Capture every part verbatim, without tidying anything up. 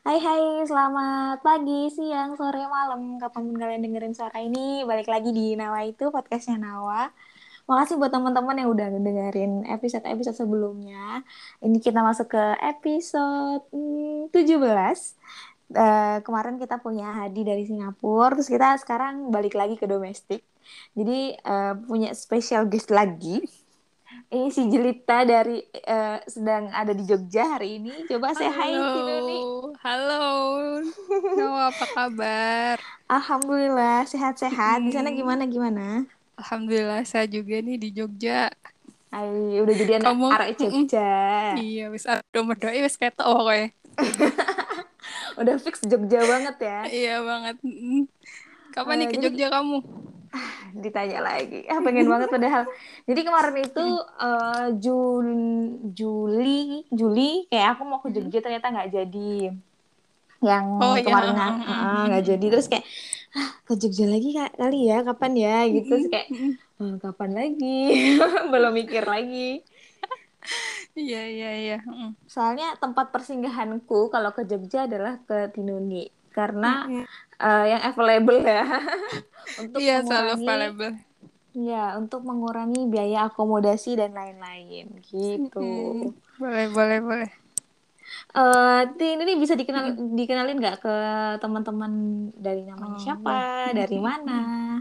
Hai hai, selamat pagi, siang, sore, malam. Kapanpun kalian dengerin suara ini, balik lagi di Nawa itu, podcastnya Nawa. Makasih buat teman-teman yang udah dengerin episode-episode sebelumnya. Ini kita masuk ke episode hmm, tujuh belas. Eh, kemarin kita punya Hadi dari Singapura, terus kita sekarang balik lagi ke domestik. Jadi eh, punya special guest lagi. Ini si Jelita dari eh, sedang ada di Jogja hari ini. Coba say hi, Tinuni. Halo, halo. Noah, apa kabar? Alhamdulillah sehat-sehat. Di sana Mm, gimana gimana? Alhamdulillah saya juga nih di Jogja. Ay, udah jadi anak Kamu? arek Mm-mm. Jogja. Iya, wis nomor doi wis ketok pokoknya. Udah fix Jogja banget ya. Iya banget. Mm-mm. Kapan nih Eh, ke jadi Jogja kamu? ditanya lagi. Ah, pengen banget padahal. Jadi kemarin itu Mm-mm. eh, Jun Juli Juli kayak aku mau ke Mm-mm. Jogja ternyata nggak jadi. Yang Oh iya. kemarin nggak ah, nggak jadi. Terus kayak ah, ke Jogja lagi Kak, kali ya kapan ya gitu. Terus Mm-mm. kayak Mm-mm. "Eh, kapan lagi?" Belum mikir lagi. Iya, iya, iya. Mm-mm. Soalnya tempat persinggahanku kalau ke Jogja adalah ke Tinuni karena Mm-mm. eh, yang available ya untuk Iya, selalu mengurangi available. ya untuk mengurangi biaya akomodasi dan lain-lain gitu. Mm-mm. Boleh, boleh, boleh. Eh Tinuni bisa dikenal Mm-mm. dikenalin nggak ke teman-teman dari namanya Oh, siapa, iya. dari mana?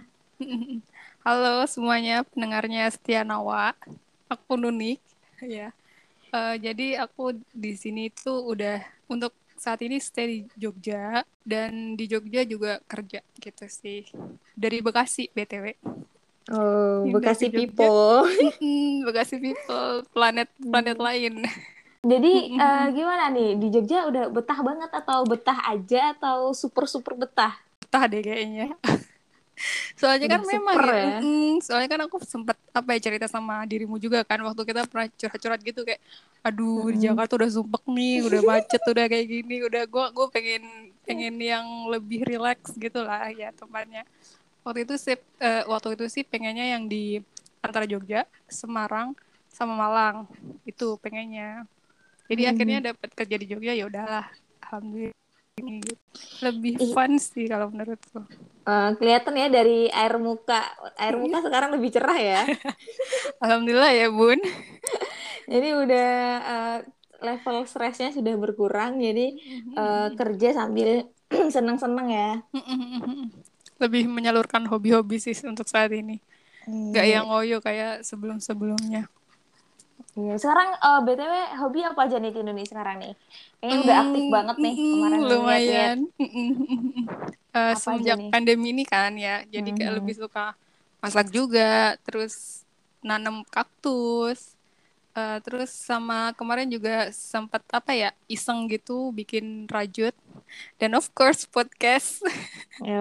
Halo semuanya pendengarnya Setia Nawa. Aku Nunik, ya. Eh, jadi aku di sini tuh udah untuk saat ini stay di Jogja dan di Jogja juga kerja gitu sih. Dari Bekasi B T W. Oh, Pindah ke Bekasi Jogja. people. Mm-mm, Bekasi people, planet planet Hmm. lain. Jadi eh, gimana nih di Jogja udah betah banget atau betah aja atau super super betah? Betah deh kayaknya. Soalnya kan Udah memang super ya, ya. mm-mm, soalnya kan aku sempat apa ya cerita sama dirimu juga kan waktu kita pernah curhat-curhat gitu kayak, aduh di Mm-mm. Jakarta udah sumpek nih, udah macet, udah kayak gini, udah gue gue pengen pengen yang lebih rileks gitu lah ya tempatnya. Waktu itu sih eh, waktu itu sih pengennya yang di antara Jogja, Semarang, sama Malang itu pengennya. Jadi akhirnya Mm-mm. dapat kerja di Jogja ya udahlah, alhamdulillah ini gitu. Lebih Ih, fun sih kalau menurutku. eh, kelihatan ya dari air muka. Air muka sekarang lebih cerah ya. Alhamdulillah ya Bun. Jadi udah eh, level stresnya sudah berkurang. Jadi eh, kerja sambil seneng-seneng ya. Lebih menyalurkan hobi-hobi sih untuk saat ini. Gak Iya, yang ngoyo kayak sebelum-sebelumnya. iya. Sekarang eh, B T W hobi apa aja nih Tinu nih sekarang nih? Kayaknya udah aktif Hmm, banget nih kemarin mm-mm, lihat-lihat lumayan. Mm-mm, mm-mm. Eh, apa aja semenjak nih. pandemi ini kan ya, jadi kayak lebih Mhm. suka masak juga, terus nanam kaktus, eh, terus sama kemarin juga sempat apa ya, iseng gitu bikin rajut, dan of course podcast. Yo,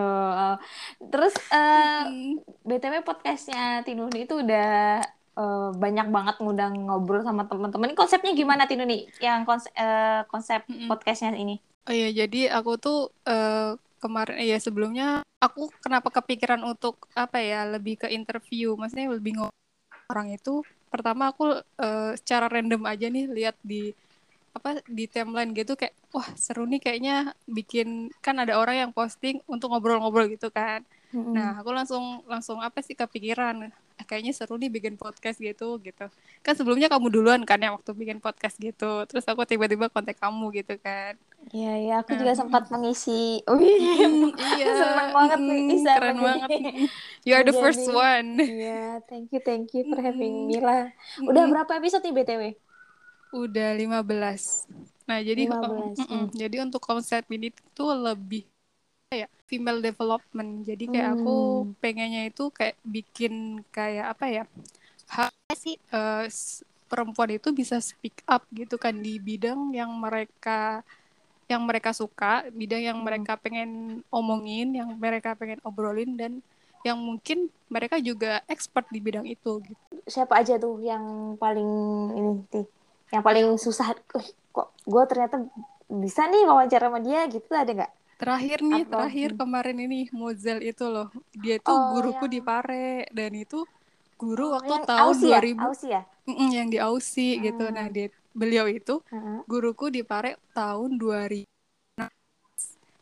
terus eh Mm-mm, B T W podcastnya Tinuni itu udah eh, banyak banget ngundang ngobrol sama teman-teman. Ini konsepnya gimana Tinuni? Yang konsep, konsep mm-mm. podcastnya ini? Oh iya, jadi aku tuh eh, kemarin ya sebelumnya aku kenapa kepikiran untuk apa ya lebih ke interview, maksudnya lebih ngomong orang itu. Pertama aku eh, secara random aja nih lihat di apa di timeline gitu kayak wah seru nih kayaknya bikin kan ada orang yang posting untuk ngobrol-ngobrol gitu kan. Nah Mm-mm. aku langsung langsung apa sih kepikiran "Eh, kayaknya seru nih bikin podcast gitu gitu. Kan sebelumnya kamu duluan kan yang waktu bikin podcast gitu. Terus aku tiba-tiba kontak kamu gitu kan. Iya, ya, aku Nah, juga sempat mm-mm. mengisi. Wih, Mm-mm, iya, seneng banget nih mm-mm, bisa keren menjadi banget. Mm-mm. You are the menjadi. first one. Iya, thank you, thank you for having Mm-mm, me lah. Udah mm-mm. berapa episode nih B T W? Udah lima belas. Nah, jadi lima oh, belas. mm-mm. Hmm. Jadi untuk konsep ini tuh lebih ya female development. Jadi kayak aku Hmm. pengennya itu kayak bikin kayak apa ya? Hak sih eh, s- perempuan itu bisa speak up gitu kan di bidang yang mereka yang mereka suka, bidang yang Hmm. mereka pengen omongin, yang mereka pengen obrolin dan yang mungkin mereka juga expert di bidang itu gitu. Siapa aja tuh yang paling ini nih, yang paling susah? "Uh, kok gue ternyata bisa nih wawancara sama dia gitu ada nggak? Terakhir nih, Atau terakhir hmm. kemarin ini Mozel itu loh. Dia itu Oh guruku di yang Pare dan itu guru oh waktu yang tahun Aussie dua ya, ribu Aussie ya. mm, yang di Aussie gitu. Nah, Hmm. dia beliau itu Hmm. guruku di Pare tahun dua ribu.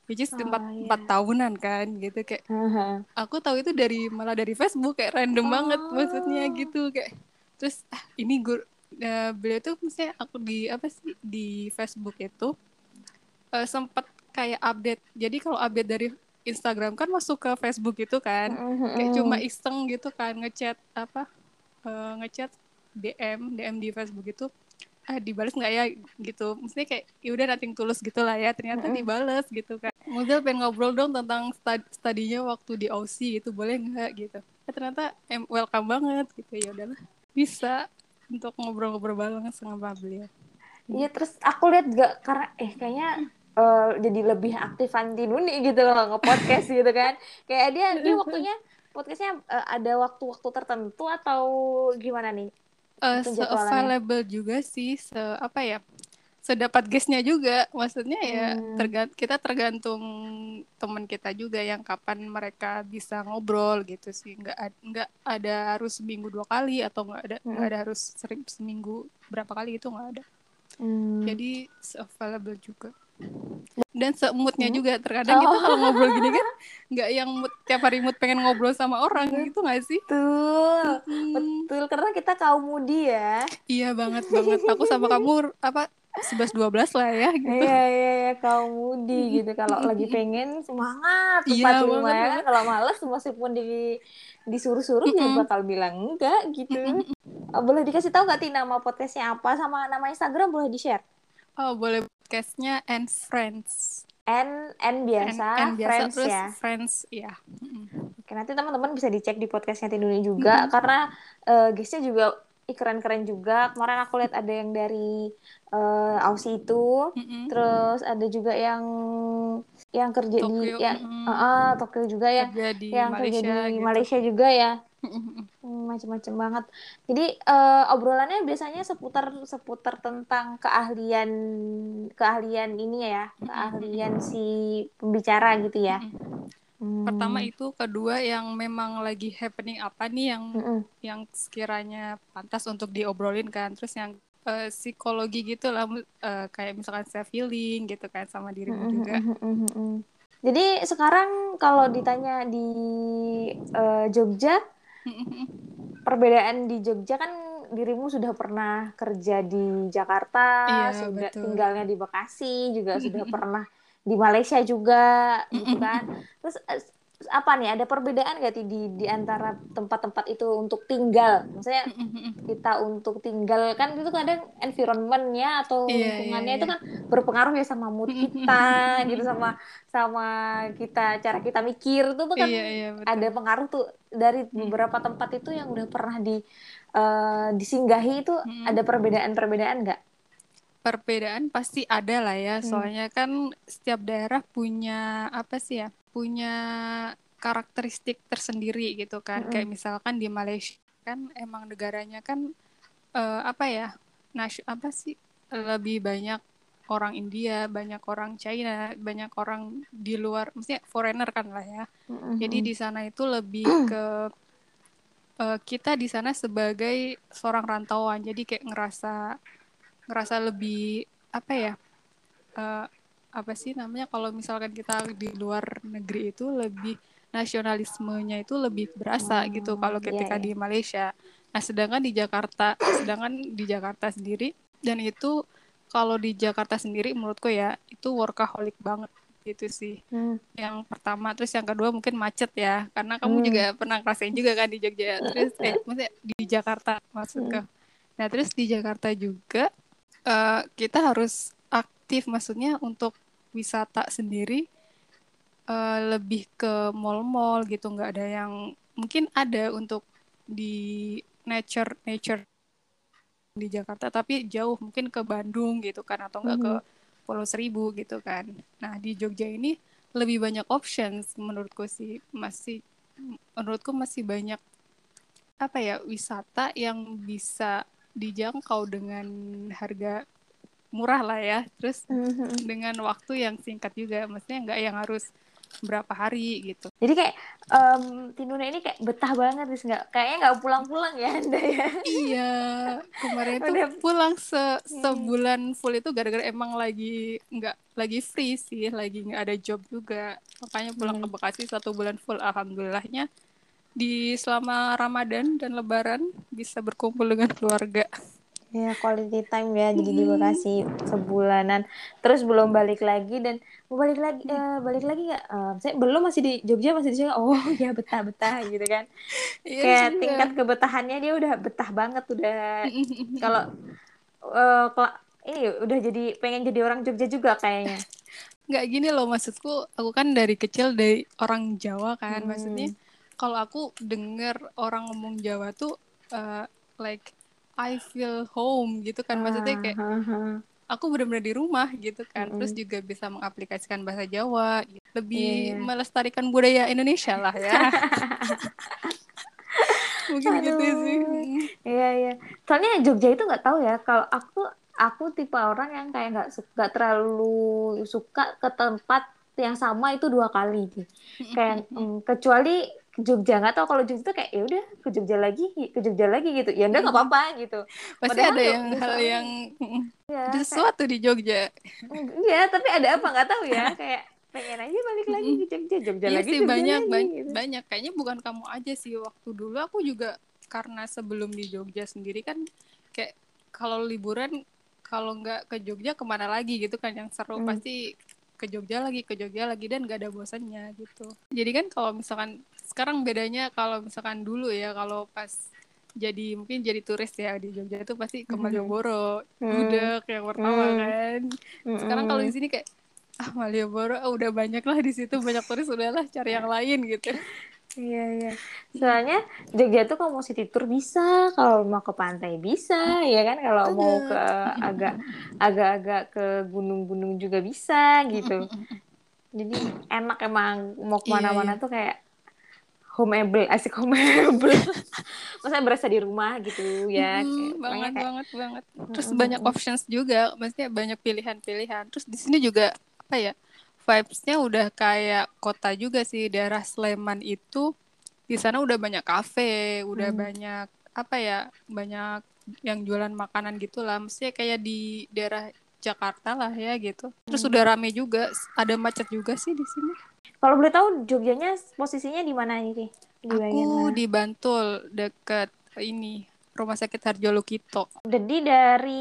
which is empat Oh empat iya. tahunan kan gitu kayak Haha. aku tahu itu dari malah dari Facebook kayak random banget maksudnya Oh. gitu kayak terus ah ini gue uh, beliau tuh misalnya aku di apa sih di Facebook itu uh, sempat kayak update jadi kalau update dari Instagram kan masuk ke Facebook itu kan kayak cuma Mm-mm. iseng gitu kan ngechat apa uh, ngechat D M D M di Facebook itu ah dibales nggak ya gitu maksudnya kayak ya udah nothing tulus gitu lah ya ternyata Mm-mm. dibales gitu kan model pengen ngobrol dong tentang stud studinya waktu di Aussie gitu boleh nggak gitu ya, ternyata em welcome banget gitu ya udahlah bisa untuk ngobrol-ngobrol bareng sama beliau. Iya, terus aku lihat gak karena eh kayaknya eh, jadi lebih aktif Fanti Nuni gitu loh nge-podcast gitu kan. Kayak dia dia waktunya podcastnya eh, ada waktu-waktu tertentu atau gimana nih Uh, penjadwalannya? se-available juga sih se apa ya sedapat guestnya juga maksudnya ya Hmm. tergant kita tergantung teman kita juga yang kapan mereka bisa ngobrol gitu sih nggak ad- nggak ada harus seminggu dua kali atau nggak ada nggak Mm-mm. ada harus sering seminggu berapa kali itu nggak ada Hmm. jadi available juga dan semoodnya Hmm? juga terkadang kita kalau ngobrol gini kan Oh, nggak yang mood tiap hari mood pengen ngobrol sama orang gitu nggak sih. betul. Mm-mm. Betul karena kita kaum mudi ya. Iya banget banget aku sama kamu apa sebelas dua belas lah ya gitu. Iya, iya, iya, kaum mudi gitu. Kalau lagi pengen semangat Iya empat puluh lima banget ya kan. banget. Kalau males meskipun di, disuruh-suruh ya Mm-mm. bakal bilang enggak gitu. Eh, boleh dikasih tahu nggak Ti nama podcastnya apa sama nama Instagram boleh di-share? Oh, boleh podcastnya and friends. N N And, biasa, and biasa friends terus ya. friends ya. Oke, nanti teman-teman bisa dicek di podcastnya Tinduni juga karena eh guestnya juga ih, keren-keren juga. Kemarin aku lihat ada yang dari eh, Aussie itu, terus ada juga yang yang kerja di Tokyo yang eh, eh, Tokyo juga ya, kerja di yang kerja di Malaysia gitu. Malaysia juga ya. Hmm, macem-macem banget. Jadi eh, obrolannya biasanya seputar seputar tentang keahlian keahlian ini ya, keahlian si pembicara gitu ya. Pertama Hmm. itu, kedua yang memang lagi happening apa nih yang Mm-mm. yang sekiranya pantas untuk diobrolin kan. Terus yang eh, psikologi gitu lah eh, kayak misalkan self healing gitu kan sama dirimu Mm-mm, juga. mm-mm, mm-mm. Jadi sekarang kalau ditanya di eh, Jogja, perbedaan di Jogja kan dirimu sudah pernah kerja di Jakarta, Iya sudah betul. tinggalnya di Bekasi, juga sudah pernah di Malaysia juga gitu kan. Terus eh, apa nih? Ada perbedaan nggak Ti, di di antara tempat-tempat itu untuk tinggal? Maksudnya kita untuk tinggal kan itu kadang environmentnya atau Iya iya lingkungannya itu iya. kan berpengaruh ya sama mood kita gitu sama sama kita cara kita mikir tuh tuh kan Iya iya ada betul. pengaruh tuh dari beberapa tempat itu yang udah pernah di eh, disinggahi itu ada perbedaan-perbedaan nggak? Perbedaan pasti ada lah ya, Hmm. soalnya kan setiap daerah punya apa sih ya, punya karakteristik tersendiri gitu kan. Kayak Mm-mm. misalkan di Malaysia kan emang negaranya kan eh, apa ya, nas apa sih lebih banyak orang India, banyak orang China, banyak orang di luar, maksudnya foreigner kan lah ya. Jadi Mm-mm. di sana itu lebih ke eh, kita di sana sebagai seorang rantauan, jadi kayak ngerasa ngerasa lebih apa ya eh, apa sih namanya kalau misalkan kita di luar negeri itu lebih nasionalismenya itu lebih berasa gitu Oh, kalau iya, ketika iya. di Malaysia. Nah, sedangkan di Jakarta, sedangkan di Jakarta sendiri dan itu kalau di Jakarta sendiri menurutku ya itu workaholic banget gitu sih. Hmm. Yang pertama, terus yang kedua mungkin macet ya, karena kamu juga Hmm. pernah ngerasain juga kan di Jogja, terus eh maksudnya di Jakarta maksudku. Hmm. Nah, terus di Jakarta juga eh, kita harus aktif maksudnya untuk wisata sendiri eh, lebih ke mall-mall gitu nggak ada yang mungkin ada untuk di nature nature di Jakarta tapi jauh mungkin ke Bandung gitu kan atau enggak ke Hmm. Pulau Seribu gitu kan. Nah di Jogja ini lebih banyak options menurutku sih masih menurutku masih banyak apa ya wisata yang bisa dijangkau dengan harga murah lah ya terus Hmm. Hmm. dengan waktu yang singkat juga maksudnya nggak yang harus berapa hari gitu. Jadi kayak um, Tinuna ini kayak betah banget sih, nggak kayaknya nggak pulang-pulang ya Anda ya. Iya, kemarin tuh Udah. pulang se Hmm. sebulan full itu gara-gara emang lagi nggak lagi free sih, lagi nggak ada job juga. Makanya pulang ke Hmm. Bekasi satu bulan full. Alhamdulillahnya di selama Ramadan dan Lebaran bisa berkumpul dengan keluarga. Ya quality time ya, jadi di Mm-mm. Bekasi sebulanan, terus belum balik lagi. Dan mau balik lagi, eh, balik lagi nggak? Eh, saya belum, masih di Jogja, masih di sini. Oh ya, betah-betah gitu kan. Iya di Kayak sini ya. tingkat kebetahannya dia udah betah banget, udah kalau eh, kela- ini udah jadi pengen jadi orang Jogja juga kayaknya. Nggak gini loh maksudku, aku kan dari kecil dari orang Jawa kan, maksudnya Hmm. kalau aku denger orang ngomong Jawa tuh uh, like I feel home gitu kan, maksudnya Ah, kayak ah, ah. aku benar-benar di rumah gitu kan, terus Mm-mm. juga bisa mengaplikasikan bahasa Jawa gitu. Iya Lebih ya. melestarikan budaya Indonesia lah ya. Mungkin gitu sih. Aduh, iya iya. Soalnya Jogja itu nggak tahu ya. Kalau aku aku tipe orang yang kayak nggak su- nggak terlalu suka ke tempat yang sama itu dua kali gitu. Kayak mm, kecuali ke Jogja, nggak tahu kalau Jogja itu kayak ya udah ke Jogja lagi, ke Jogja lagi gitu. Ya udah nggak apa-apa gitu. Pasti Padahal ada ya yang udah hal soalnya yang ya ada kayak sesuatu di Jogja. mm, iya, tapi ada apa nggak tahu ya. Kayak pengen aja balik lagi ke Jogja, Jogja Iya lagi, sih Jogja banyak lagi banyak gitu. banyak kayaknya bukan kamu aja sih, waktu dulu aku juga karena sebelum di Jogja sendiri kan kayak kalau liburan kalau nggak ke Jogja kemana lagi gitu kan yang seru, Hmm. pasti ke Jogja lagi ke Jogja lagi dan nggak ada bosannya gitu. Jadi kan kalau misalkan sekarang bedanya kalau misalkan dulu ya, kalau pas jadi mungkin jadi turis ya di Jogja itu pasti ke Malioboro, Hmm. gudeg yang pertama Hmm. kan. Sekarang kalau di Hmm. sini kayak ah Malioboro ah, udah banyak lah di situ, banyak turis, udahlah cari yang lain gitu. Iya, iya. Soalnya Jogja tuh kalau mau city tour bisa, kalau mau ke pantai bisa, ya kan? Kalau mau ke Banget. agak agak-agak ke gunung-gunung juga bisa gitu. Jadi enak emang, mau Iya kemana-mana iya. tuh kayak homeable, asik homeable. Maksudnya berasa di rumah gitu ya. Kayak, Mm-mm, makanya banget kayak banget banget. mm, Terus mm, banyak mm, options juga, maksudnya banyak pilihan-pilihan. Terus di sini juga apa ya? Vibes-nya udah kayak kota juga sih, daerah Sleman itu di sana udah banyak kafe, udah mm, banyak apa ya? Banyak yang jualan makanan gitu lah. Maksudnya kayak di daerah Jakarta lah ya gitu. Terus mm. udah rame juga, ada macet juga sih di sini. Kalau boleh tahu Jogjanya posisinya di mana ini? Di bagian Aku mana? di Bantul deket ini Rumah Sakit Harjo Lukito. Jadi dari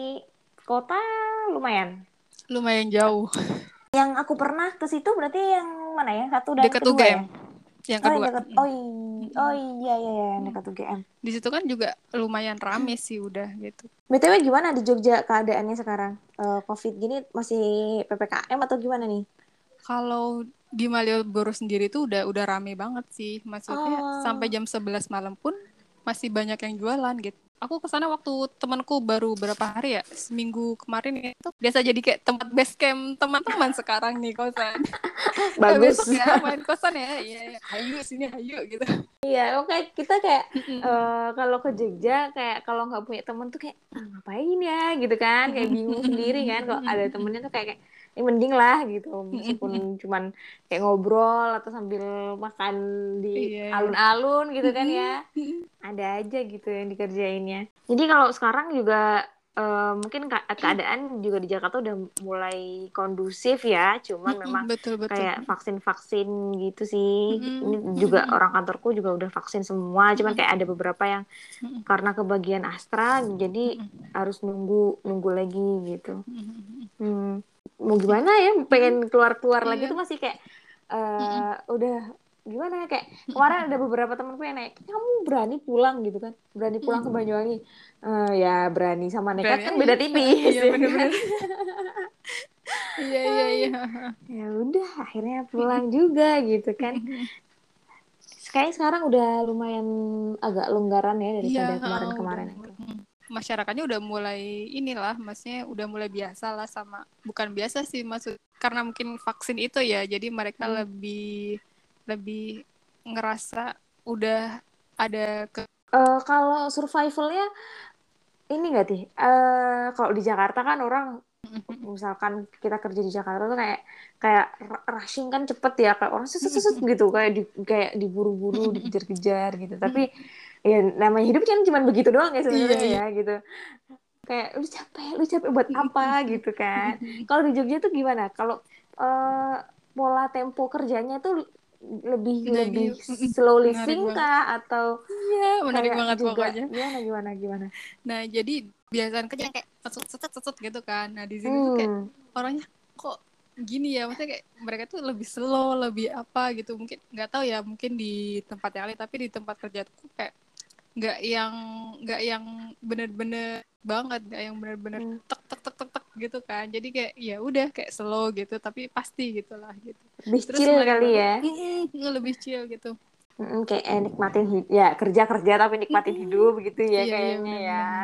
kota lumayan. Lumayan jauh. Yang aku pernah ke situ berarti yang mana ya? Satu dan Dekat kedua ya? U G M yang Oh, yang kedua. dekat. Oh, iya, oh iya, iya, iya, yang dekat U G M. Di situ kan juga lumayan rame sih udah gitu. B T W gimana di Jogja keadaannya sekarang? Eh, COVID gini masih P P K M atau gimana nih? Kalau di Malioboro sendiri tuh udah udah rame banget sih. Maksudnya sampai Oh, jam sebelas malam pun masih banyak yang jualan gitu. Aku kesana waktu temanku baru berapa hari ya, seminggu kemarin itu biasa jadi kayak tempat base camp teman-teman sekarang nih kosan. Eh, besok bagus. ya main kosan ya, iya, iya. Hayu sini hayu gitu. Iya, oke, kita kayak eh, kalau ke Jogja kayak kalau nggak punya temen tuh kayak "Ah, ngapain ya gitu kan, kayak bingung sendiri kan. Kalau ada temennya tuh kayak, kayak "Ini mending lah gitu, meskipun cuman kayak ngobrol atau sambil makan di Iya, iya. alun-alun gitu kan ya, ada aja gitu yang dikerjainnya. Jadi kalau sekarang juga eh, mungkin ka- keadaan juga di Jakarta udah mulai kondusif ya, cuman memang Betul betul. kayak vaksin-vaksin gitu sih. Ini juga orang kantorku juga udah vaksin semua, cuman kayak ada beberapa yang karena kebagian Astra jadi harus nunggu nunggu lagi gitu. Hmm. Mau gimana ya, pengen keluar-keluar lagi tuh Iya. masih kayak eh udah gimana ya, kayak kemarin ada beberapa temanku yang naik, kamu berani pulang gitu kan, berani pulang ke Banyuwangi. Eh, ya berani sama nekat Berani kan aja. beda tipis Iya ya kan. bener-bener. Iya iya iya. Ya udah akhirnya pulang juga gitu kan. Kayaknya sekarang udah lumayan agak longgaran ya Iya, daripada heeh, udah kemarin-kemarin itu. mm. Masyarakatnya udah mulai inilah, maksudnya udah mulai biasa lah sama, bukan biasa sih maksud, karena mungkin vaksin itu ya, jadi mereka Hmm. lebih lebih ngerasa udah ada ke. Eh, kalau survivalnya ini nggak sih? Eh, kalau di Jakarta kan orang Misalkan kita kerja di Jakarta tuh kayak kayak rushing kan cepet ya, kayak orang suset suset gitu, kayak di kayak diburu-buru, dikejar-kejar gitu. Tapi ya namanya hidup kan cuma begitu doang ya Iya, sebenarnya iya. ya gitu. Kayak lu capek, lu capek buat apa gitu kan. Kalau di Jogja tuh gimana? Kalau uh, pola tempo kerjanya tuh lebih Nah, lebih gitu. slow Menarik living banget. kah atau Iya, menarik kayak banget juga pokoknya. gimana gimana gimana? Nah, jadi biasanya kerja kayak setut setut setut gitu kan. Nah, di sini tuh kayak Hmm. orangnya kok gini ya, maksudnya kayak mereka tuh lebih slow, lebih apa gitu. Mungkin nggak tahu ya, mungkin di tempat yang lain, tapi di tempat kerja tuh kayak nggak yang nggak yang bener-bener banget, nggak yang bener-bener Hmm. tek tek tek tek tek gitu kan. Jadi kayak ya udah kayak slow gitu, tapi pasti gitulah gitu. Lebih Terus chill menarik kali banget, ya. mm, lebih chill gitu. Mm, kayak eh, nikmatin hidup ya, kerja kerja tapi nikmatin Mm-mm. hidup gitu ya Iya, iya, kayaknya ya. benar-benar.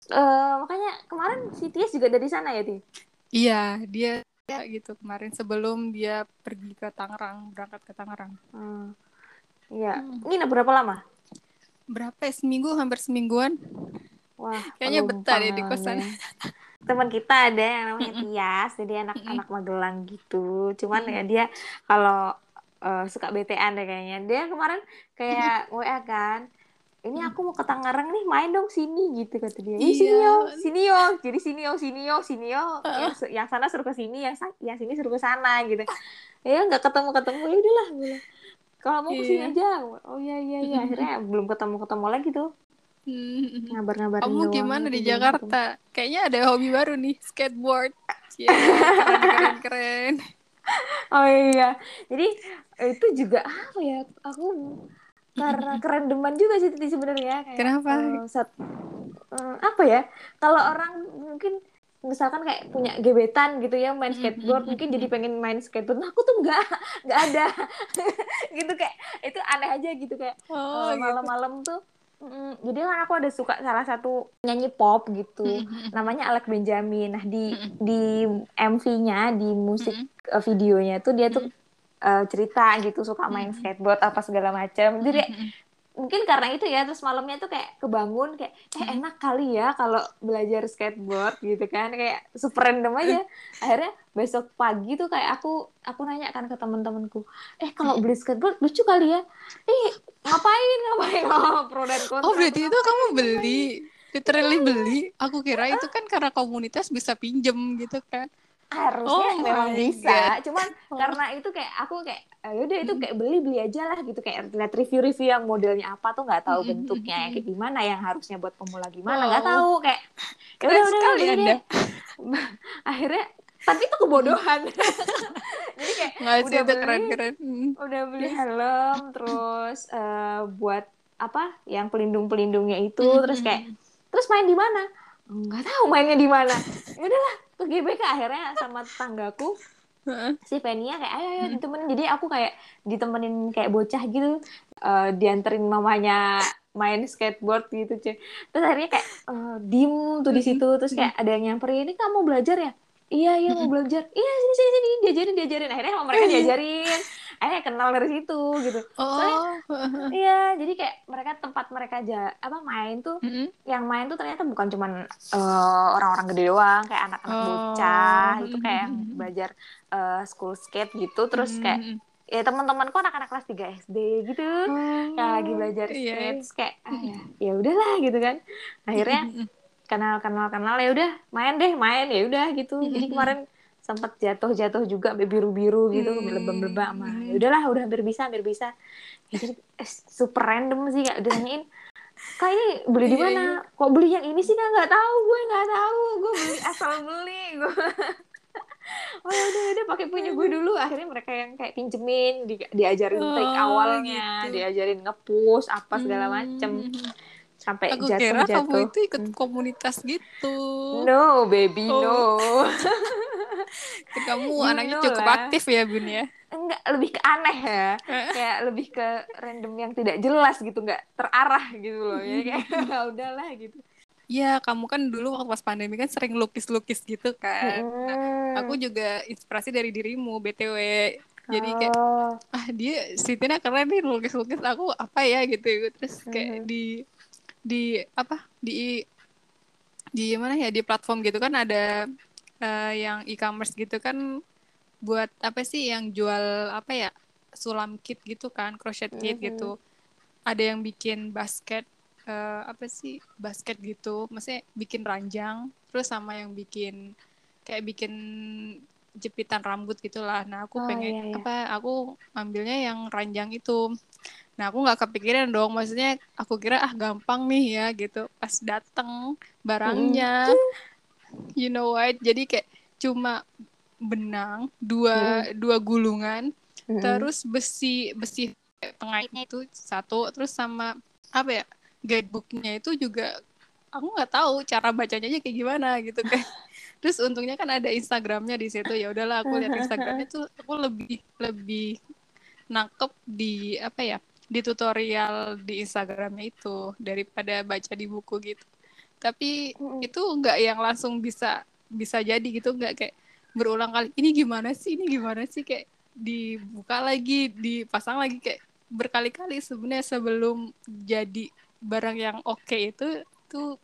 Eh makanya kemarin si Tias juga dari sana ya, Ti? Iya, dia ya gitu kemarin sebelum dia pergi ke Tangerang, berangkat ke Tangerang. Hmm, iya. Hmm. Nginep berapa lama? Berapa ya? Seminggu, hampir semingguan. Wah, Kayaknya betah penumpang deh di emang kosan. ya. Teman kita ada yang namanya Mm-mm. Tias, jadi Mm-mm. anak-anak Magelang gitu. Cuman Mm-mm. ya dia kalau eh, suka B T-an deh kayaknya. Dia kemarin kayak Mm-mm. W A kan, ini Mm-mm. aku mau ke Tangerang nih, main dong sini gitu kata dia. Ih sini Iya. yo, sini yo. Jadi sini yo, sini yo, sini yo. Yang Heeh. yang sana suruh ke sini, yang sa- yang sini suruh ke sana gitu. Ya nggak ketemu ketemu ya udahlah. Kalau mau ke sini Iya. aja. Oh iya iya iya. Akhirnya Mm-mm. belum ketemu ketemu lagi tuh. Mm-mm. Ngabar-ngabarin Kamu doang gimana tapi di belum ketemu. Jakarta? Kayaknya ada hobi baru nih, skateboard. Cie, keren keren keren. Oh iya. Jadi itu juga apa ya? Aku karena Mm-mm. kerendeman juga sih Titi sebenarnya kayak Kenapa? eh, sat, eh, apa ya? Kalau orang mungkin misalkan kayak punya gebetan gitu ya main skateboard mungkin jadi Mm-mm. pengen main skateboard. Nah, aku tuh nggak nggak ada gitu kayak itu aneh aja gitu kayak Oh eh, gitu. malam-malam tuh mm, jadi kan aku ada suka salah satu nyanyi pop gitu Mm-mm. namanya Alex Benjamin. Nah di Mm-mm. di M V-nya di musik Mm-mm. eh, videonya tuh dia tuh Mm-mm. eh, cerita gitu suka main Mm-mm. skateboard apa segala macam. Jadi Mm-mm. mungkin karena itu ya terus malamnya tuh kayak kebangun kayak eh Mm-mm. enak kali ya kalau belajar skateboard gitu kan kayak super random aja akhirnya besok pagi tuh kayak aku aku nanya kan ke temen-temenku eh kalau Mm-mm. beli skateboard lucu kali ya eh ngapain ngapain oh, pro dan Oh, kontra tuh berarti itu kamu ngapain beli, ngapain literally beli. Aku kira itu kan karena komunitas bisa pinjem gitu kan. harusnya Oh memang my bisa god. cuman Oh. karena itu kayak aku kayak "Ah, yaudah itu Mm-mm. kayak beli beli aja lah gitu kayak lihat review-review yang modelnya apa tuh nggak tahu bentuknya yang Mm-mm. kayak gimana yang harusnya buat pemula gimana nggak Wow, tahu kayak ya udah keren udah udah sekali beli deh Anda. akhirnya tapi itu Mm-mm. kebodohan jadi kayak Nggak sih, udah itu beli keren-keren. Mm. udah beli Terus? helm terus eh, buat apa yang pelindung pelindungnya itu terus kayak Mm-mm. terus main di mana nggak tahu mainnya di mana ya udahlah ke G B K akhirnya sama tetanggaku Heeh. si Venia kayak ayo ayo Mm-mm. ditemenin jadi aku kayak ditemenin kayak bocah gitu eh, dianterin mamanya main skateboard gitu cuy terus akhirnya kayak eh, diem tuh di Mm-mm. situ terus kayak ada yang nyamperin ini kamu belajar ya iya iya mau Mm-mm. belajar iya sini sini sini diajarin diajarin akhirnya sama mereka Oh iya. diajarin akhirnya kenal dari situ gitu soalnya Oh. Heeh. iya jadi kayak mereka tempat mereka aja apa main tuh Mm-mm. yang main tuh ternyata bukan cuman eh, orang-orang gede doang kayak anak-anak bocah Oh. itu kayak yang Mm-mm. belajar eh, school skate gitu terus kayak Mm-mm. ya teman-temanku anak-anak kelas tiga S D gitu yang lagi Oh, belajar iya, skate iya. terus kayak ah ya ya udahlah gitu kan akhirnya Mm-mm. kenal kenal kenal ya udah main deh main ya udah gitu jadi Mm-mm. kemarin sempat jatuh-jatuh juga biru biru gitu lebam-lebam sama ya Mm-mm. udahlah udah hampir bisa hampir bisa ya, jadi eh, super random sih kak udah nanyain kak ini beli di Iya, mana iya. kok beli yang ini sih kak nggak tahu gue nggak tahu gue beli asal beli gue oh ya udah ya udah pakai punya gue Aduh. dulu akhirnya mereka yang kayak pinjemin di, diajarin trik Oh, awalnya gitu. diajarin nge-push apa segala macem Hmm. sampai Aku kira kamu jatuh-jatuh itu ikut hmm. komunitas gitu. No baby Oh, no kan kamu you anaknya know cukup lah aktif ya, Bun ya. enggak lebih ke aneh ya kayak lebih ke random yang tidak jelas gitu nggak terarah gitu loh ya kayak udahlah gitu. Ya, kamu kan dulu waktu pas pandemi kan sering lukis-lukis gitu kan. Nah, aku Mm-mm. juga inspirasi dari dirimu, B T W. Jadi kayak, Oh, ah dia si Tina keren nih lukis-lukis, aku apa ya gitu. Terus kayak mhm. di di apa di di mana ya di platform gitu kan ada uh, yang e-commerce gitu kan buat apa sih yang jual apa ya sulam kit gitu kan, crochet kit Mhm. gitu. Ada yang bikin basket uh, apa sih basket gitu, maksudnya bikin ranjang, terus sama yang bikin kayak bikin jepitan rambut gitulah. Nah aku Oh pengen iya iya. apa aku ambilnya yang ranjang itu. Nah aku nggak kepikiran dong, maksudnya aku kira ah gampang nih ya gitu. Pas dateng Mhm. barangnya, you know what? Jadi kayak cuma benang Mhm. dua dua gulungan, Mhm. terus besi besi tengahnya itu satu, terus sama apa ya guidebooknya itu juga aku nggak tahu cara bacanya aja kayak gimana gitu kan. Terus untungnya kan ada Instagramnya di situ, ya udahlah aku lihat Instagramnya tuh aku lebih lebih nangkep di apa ya di tutorial di Instagramnya itu daripada baca di buku gitu. Tapi Mhm. itu nggak yang langsung bisa bisa jadi gitu, nggak kayak berulang kali ini gimana sih ini gimana sih kayak dibuka lagi dipasang lagi kayak berkali-kali sebenarnya sebelum jadi barang yang oke okay itu tuh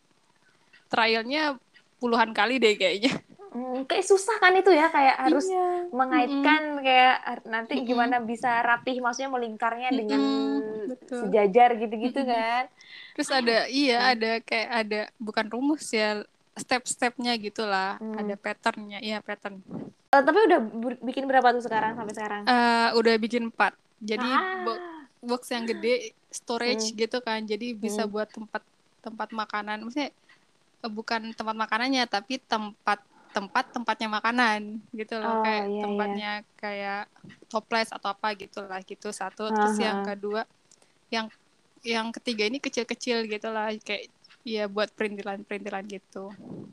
trialnya puluhan kali deh kayaknya. Hmm, kayak susah kan itu ya, kayak harus Iya. Mm-mm. mengaitkan kayak har- nanti Mm-mm. gimana bisa rapih, maksudnya melingkarnya dengan Mm-mm. Betul. sejajar gitu-gitu Mm-mm. kan. Terus Makanya, ada iya hmm, ada kayak ada bukan rumus ya step-stepnya gitulah hmm. ada patternnya iya pattern. Eh, tapi udah bu- bikin berapa tuh sekarang sampai sekarang? Uh, udah bikin empat. Jadi bo- Ah, box yang gede storage hmm, gitu kan. Jadi bisa hmm. buat tempat tempat makanan. Maksudnya eh, bukan tempat makanannya tapi tempat tempat tempatnya makanan gitu loh. Oh Kayak iya iya. tempatnya kayak toples atau apa gitu lah gitu satu. Terus Ah, yang ah. kedua yang yang ketiga ini kecil-kecil gitu lah kayak ya buat perintilan-perintilan gitu.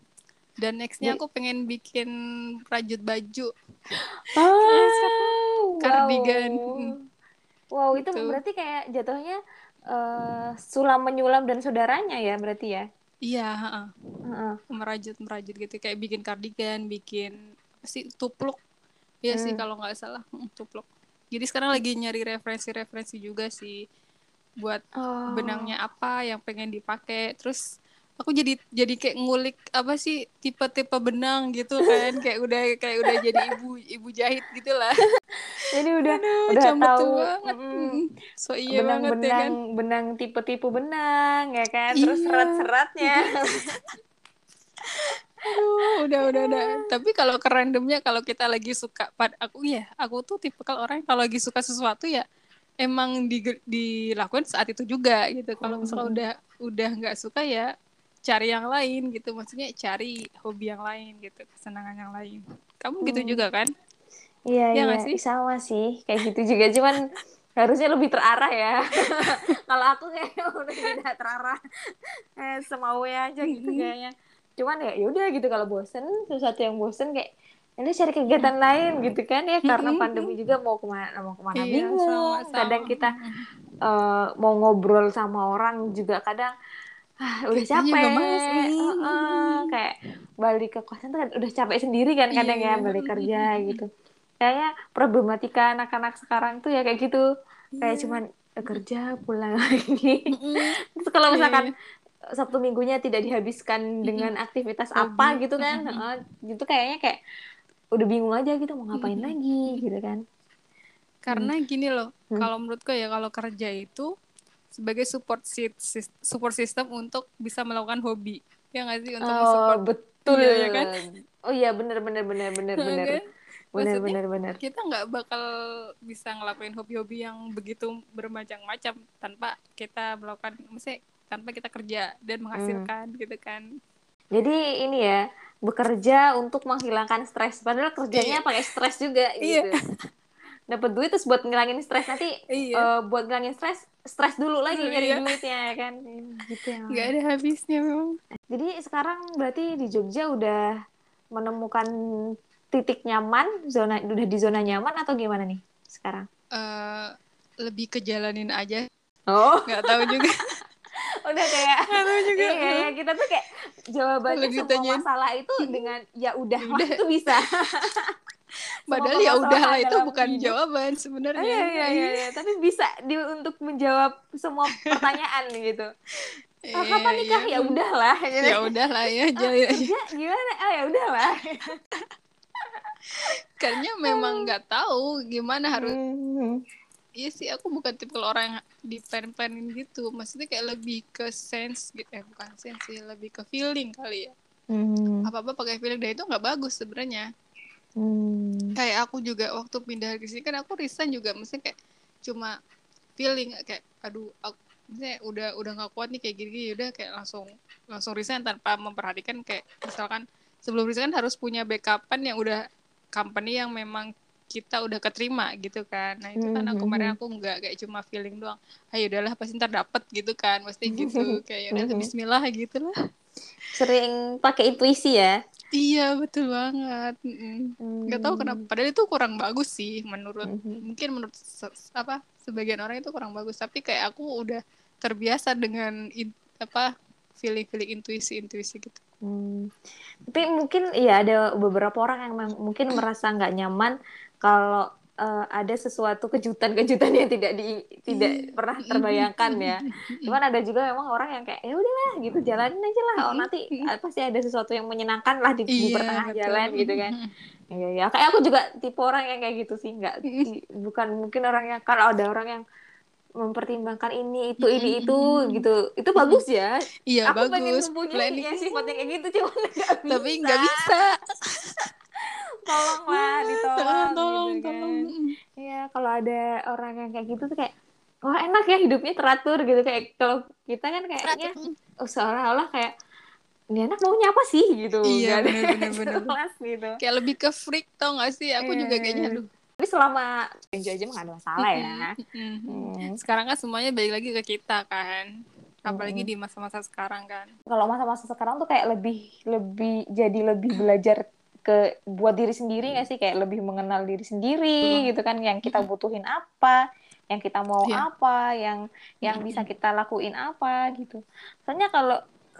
Dan nextnya Jadi, aku pengen bikin rajut baju. Karena sekarang ah, kardigan. wow. Wow, itu Gitu. berarti kayak jatuhnya eh, sulam menyulam dan saudaranya ya berarti ya? Iya, heeh. Heeh. Merajut merajut gitu kayak bikin kardigan, bikin apa sih tupluk. Iya sih Hmm. kalau nggak salah, mm, tupluk. Jadi sekarang lagi nyari referensi-referensi juga sih buat Oh. benangnya apa yang pengen dipakai. Terus aku jadi jadi kayak ngulik apa sih tipe-tipe benang gitu kan, kayak udah kayak udah jadi ibu ibu jahit gitu lah. Jadi udah Aduh, udah cambet tahu tuh banget. mm, Mm-mm. So iya banget ya benang-benang kan. benang tipe-tipe benang ya kan, terus Iya. serat-seratnya. Aduh, udah udah udah. Tapi kalau ke randomnya kalau kita lagi suka pad aku ya, aku tuh tipe kalau orang yang kalau lagi suka sesuatu ya emang di, dilakukan saat itu juga gitu. Kalau misalnya Mm-mm. udah udah nggak suka ya cari yang lain gitu. Maksudnya cari hobi yang lain gitu, kesenangan yang lain. Kamu gitu Hmm. juga kan? Iya Ya iya nggak sih? sama sih kayak gitu juga, cuman harusnya lebih terarah ya. Kalau aku kayaknya udah tidak terarah, eh, semaunya aja gitu Mm-mm. kayaknya. Cuman ya yaudah gitu, kalau bosen sesuatu yang bosen kayak ini cari Mm-mm. kegiatan lain gitu kan ya, karena pandemi Mm-mm. juga mau kemana mau kemana Iya, bingung. Kadang sama-sama. kita eh, mau ngobrol sama orang juga kadang ah, udah Kita juga males. capek. Heeh, Mm-mm. kayak balik ke kosan tuh kan udah capek sendiri kan Iya, kadang ya, iya. balik kerja gitu. Mm-mm. Kayaknya problematika anak-anak sekarang tuh ya kayak gitu, kayak Iya. cuman eh, kerja pulang lagi. Mm-mm. Terus kalau Iya, misalkan iya. Sabtu Minggunya tidak dihabiskan Mm-mm. dengan aktivitas apa Hobi. gitu kan, Mm-mm. heeh, gitu kayaknya kayak udah bingung aja gitu mau ngapain Mm-mm. lagi Mm-mm. gitu kan. Hmm. Karena gini loh, Hmm. kalau menurutku ya kalau kerja itu sebagai support sys- support system untuk bisa melakukan hobi. Ya nggak sih untuk Oh, mensupport. betul. Iya ya kan? Oh iya, bener bener bener bener bener Kan? bener Maksudnya bener bener. kita nggak bakal bisa ngelakuin hobi-hobi yang begitu bermacam-macam tanpa kita melakukan, maksudnya tanpa kita kerja dan Hmm. menghasilkan gitu kan. Jadi ini ya, bekerja untuk menghilangkan stres. Padahal kerjanya Iya, pakai stres juga iya, gitu. Dapat duit terus buat ngilangin stres, nanti iya, eh, buat ngilangin stres, stres dulu lagi nyari iya. duitnya ya kan. Gitu ya. Nggak ada habisnya memang. Jadi sekarang berarti di Jogja udah menemukan titik nyaman, zona udah di zona nyaman atau gimana nih sekarang? Eh, lebih kejalanin aja. Oh, Nggak tahu juga. udah kayak Nggak tahu juga. ini ya, kita tuh kayak Kalau jawabannya semua ditanyain, masalah itu dengan ya udah ya mah udah. itu bisa. Semua Padahal ya udahlah permasalahan itu dalam bukan hidup. jawaban Oh, sebenarnya. iya iya iya Iya, iya, tapi bisa di untuk menjawab semua pertanyaan gitu. Ah, Iya, kapan iya. nikah? Ya udahlah. Gitu. Ya udahlah ya. Ah, Jadi kerja gimana? Ah, ya udahlah. kayaknya memang nggak tahu gimana harus. Hmm. Iya sih, aku bukan tipe orang yang di plan-planin gitu. Maksudnya kayak lebih ke sense gitu. Eh, bukan sense sih, lebih ke feeling kali ya. Hmm. Apa-apa pakai feeling, dan itu nggak bagus sebenarnya. Hmm. Kayak aku juga waktu pindah ke sini kan aku resign juga, maksudnya kayak cuma feeling kayak aduh aku maksudnya udah udah nggak kuat nih kayak gini, udah kayak langsung langsung resign tanpa memperhatikan kayak misalkan sebelum resign kan harus punya backupan yang udah company yang memang kita udah keterima gitu kan. Nah itu kan aku kemarin Hmm. aku nggak kayak cuma feeling doang, ayo udahlah pasti ntar dapet gitu kan, pasti gitu kayak ya udah Hmm. Bismillah gitu lah. Sering pakai intuisi ya. Iya betul banget. Mm-mm. Nggak tahu kenapa. Hmm. Padahal itu kurang bagus sih menurut Hmm. mungkin menurut se- apa sebagian orang itu kurang bagus. Tapi kayak aku udah terbiasa dengan in- apa feeling-feeling intuisi-intuisi gitu. Hmm. Tapi mungkin ya ada beberapa orang yang mem- mungkin merasa nggak nyaman kalau eh, ada sesuatu kejutan-kejutan yang tidak di tidak Iya. pernah terbayangkan ya. Cuman ada juga memang orang yang kayak ya udahlah gitu jalanin aja lah. Oh nanti eh, pasti ada sesuatu yang menyenangkan lah di, di Iya pertengah betul. jalan gitu kan. Iya ya kayak aku juga tipe orang yang kayak gitu sih nggak i- bukan mungkin orang yang kalau ada orang yang mempertimbangkan ini itu ini itu gitu itu bagus ya. Iya Aku pengen bagus mempunyai planning. ya sifat yang kayak gitu cuman nggak Tapi bisa. nggak bisa. Tolonglah ditolong gitu Tolong, kan. tolong. Ya kalau ada orang yang kayak gitu tuh kayak wah enak ya hidupnya teratur gitu kayak kalau kita kan kayaknya Teratur. oh, seolah-olah kayak ini anak maunya apa sih gitu Iya nggak ada bener-bener yang bener. jelas gitu. Kayak lebih ke freak tau gak sih? Aku juga kayaknya Eh, aduh. tapi selama enjoy aja mah nggak ada masalah ya. Mm-mm, mm-mm. Hmm. Sekarang kan semuanya balik lagi ke kita kan. Apalagi Mm-mm. di masa-masa sekarang kan. Kalau masa-masa sekarang tuh kayak lebih lebih jadi lebih belajar ke buat diri sendiri nggak sih kayak lebih mengenal diri sendiri Betul. gitu kan yang kita butuhin apa yang kita mau Iya. apa yang yang bisa Mm-mm. kita lakuin apa gitu soalnya kalau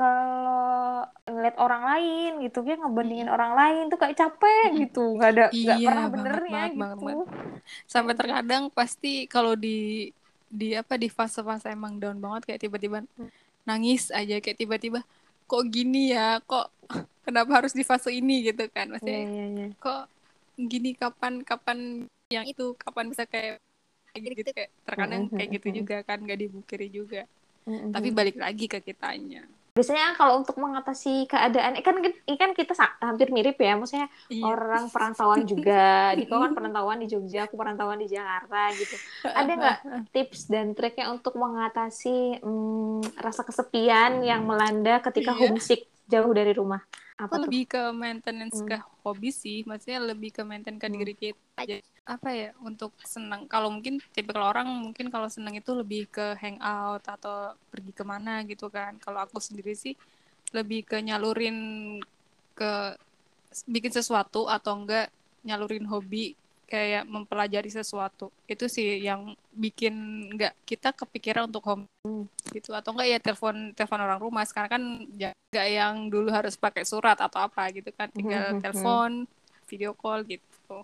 kalau ngeliat orang lain gitu ya ngebandingin Mm-mm. orang lain tuh kayak capek Mm-mm. gitu nggak ada nggak Iya pernah banget benernya banget banget banget. gitu kayak Sampai aduh terkadang pasti kalau di di apa di fase-fase emang down banget kayak tiba-tiba nangis aja kayak tiba-tiba kok gini ya, kok kenapa harus di fase ini gitu kan. iya Maksudnya iya iya kok gini, kapan kapan yang itu kapan bisa kayak gitu, kayak terkadang Mm-mm, kayak gitu mm-mm, juga kan, gak dipungkiri juga. Tapi mm-mm. balik lagi ke kitanya. Biasanya kalau untuk mengatasi keadaan, kan kan kita sa- hampir mirip ya, maksudnya Iya. orang perantauan juga. Di kau kan perantauan di Jogja, aku perantauan di Jakarta gitu. Ada nggak tips dan triknya untuk mengatasi hmm, rasa kesepian yang melanda ketika Iya. homesick jauh dari rumah? Aku Apa tuh? lebih ke maintenance Hmm. ke hobi sih, maksudnya lebih ke maintain ke Hmm. diri kita. Jadi, apa ya, untuk senang. Kalau mungkin tipe kalau orang mungkin kalau senang itu lebih ke hangout atau pergi kemana gitu kan. Kalau aku sendiri sih lebih ke nyalurin ke bikin sesuatu atau enggak nyalurin hobi kayak mempelajari sesuatu. Itu sih yang bikin enggak kita kepikiran untuk hobi gitu, atau enggak ya telepon telepon orang rumah. Sekarang kan enggak yang dulu harus pakai surat atau apa gitu kan, tinggal telepon video call gitu.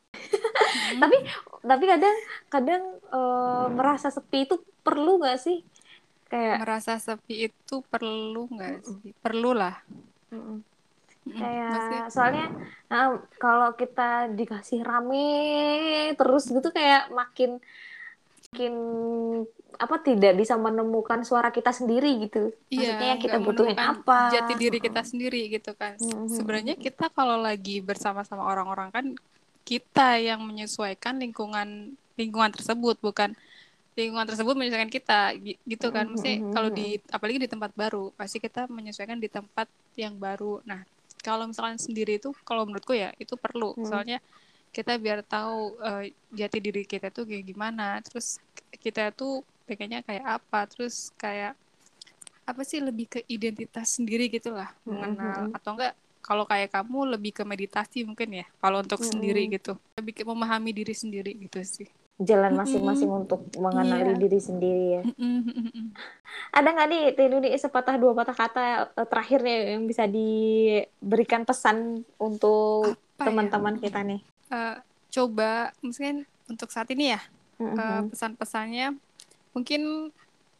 Hmm. Tapi tapi kadang kadang eh, merasa sepi itu perlu nggak sih? Kayak Merasa sepi itu perlu nggak mm-mm, sih? Perlu lah. mm-mm. Mm-mm. Maksudnya Kayak soalnya nah, kalau kita dikasih rame terus gitu kayak makin makin apa tidak bisa menemukan suara kita sendiri gitu. iya, Maksudnya yang kita nggak butuhin menemukan apa? jati diri Heeh. kita sendiri gitu kan. Sebenarnya Mhm. kita kalau lagi bersama-sama orang-orang kan kita yang menyesuaikan lingkungan lingkungan tersebut, bukan lingkungan tersebut menyesuaikan kita gitu kan. Maksudnya kalau di apalagi di tempat baru pasti kita menyesuaikan di tempat yang baru. Nah kalau misalkan sendiri itu kalau menurutku ya itu perlu, Mhm. soalnya kita biar tahu uh, jati diri kita tuh kayak gimana, terus kita tuh pengennya kayak apa, terus kayak apa sih, lebih ke identitas sendiri gitulah, Mhm. mengenal Mhm. atau enggak kalau kayak kamu lebih ke meditasi mungkin ya kalau untuk sendiri Mhm. gitu, lebih ke memahami diri sendiri gitu sih. Jalan masing-masing Mm-mm. untuk mengenali Iya. diri sendiri ya. Mm-mm. Ada nggak nih Tinu nih sepatah dua patah kata eh, terakhir nih yang bisa diberikan pesan untuk Apa ya, teman-teman kita nih? uh, coba mungkin untuk saat ini ya, uh, Mhm. pesan-pesannya mungkin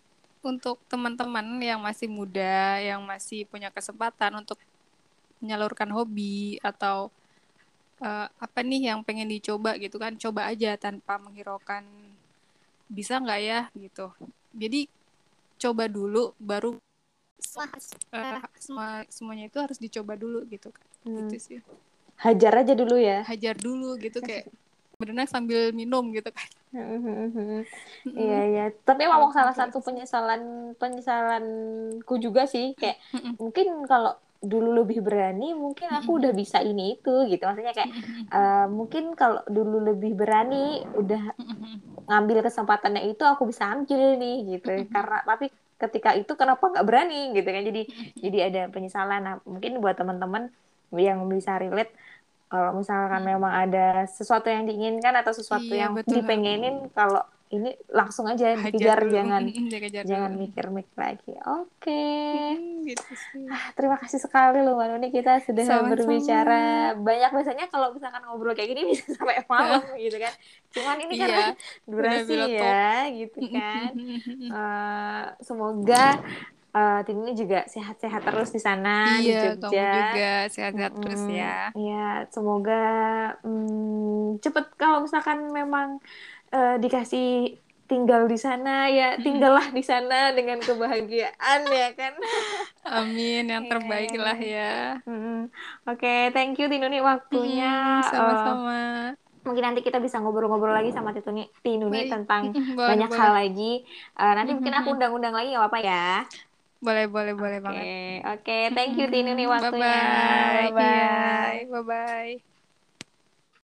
untuk teman-teman yang masih muda, yang masih punya kesempatan untuk menyalurkan hobi atau uh, apa nih yang pengen dicoba gitu kan, coba aja tanpa menghiraukan bisa nggak ya gitu. Jadi coba dulu baru uh, semua semuanya itu harus dicoba dulu gitu kan. Hmm. Gitu sih. Hajar aja dulu ya. Hajar dulu gitu kayak berenang sambil minum gitu kan. Iya iya. Tapi emang salah satu penyesalan penyesalanku juga sih kayak mungkin kalau dulu lebih berani mungkin aku udah bisa ini itu gitu. Maksudnya kayak uh, mungkin kalau dulu lebih berani udah ngambil kesempatannya itu aku bisa ambil nih gitu. Karena tapi ketika itu kenapa nggak berani gitu kan. Jadi jadi ada penyesalan. Nah, mungkin buat teman-teman yang bisa relate kalau misalkan memang ada sesuatu yang diinginkan atau sesuatu Iya yang betul. dipengenin, kalau ini langsung aja Hajar dikejar, dulu. jangan Dikejar jangan dulu. mikir-mikir lagi. Oke. Okay. Gitu sih. Ah, terima kasih sekali loh Mbak Nuni, kita sudah Sama-sama. berbicara banyak. Biasanya kalau misalkan ngobrol kayak gini bisa sampai malam gitu kan. Cuman ini karena Iya, durasi benar-benar top. ya gitu kan. Uh, semoga uh, tim ini juga sehat-sehat terus di sana di Iya, kamu Jogja. juga sehat-sehat terus ya. Mm-mm. Ya, semoga mm, cepet kalau misalkan memang uh, dikasih tinggal di sana ya tinggallah di sana dengan kebahagiaan ya kan. Amin, yang Iya, terbaik iya, lah iya. ya. Mm-mm. Oke, thank you Tinuni waktunya. Mm-mm, Uh, sama-sama. mungkin nanti kita bisa ngobrol-ngobrol lagi sama Tinuni, Tinuni Baik, tentang boleh, banyak hal boleh. lagi. Uh, nanti mungkin aku undang-undang lagi nggak apa-apa ya. Boleh, boleh, boleh Oke, banget. oke, thank you Tinuni waktunya. Bye-bye. Iya, Bye-bye. bye-bye.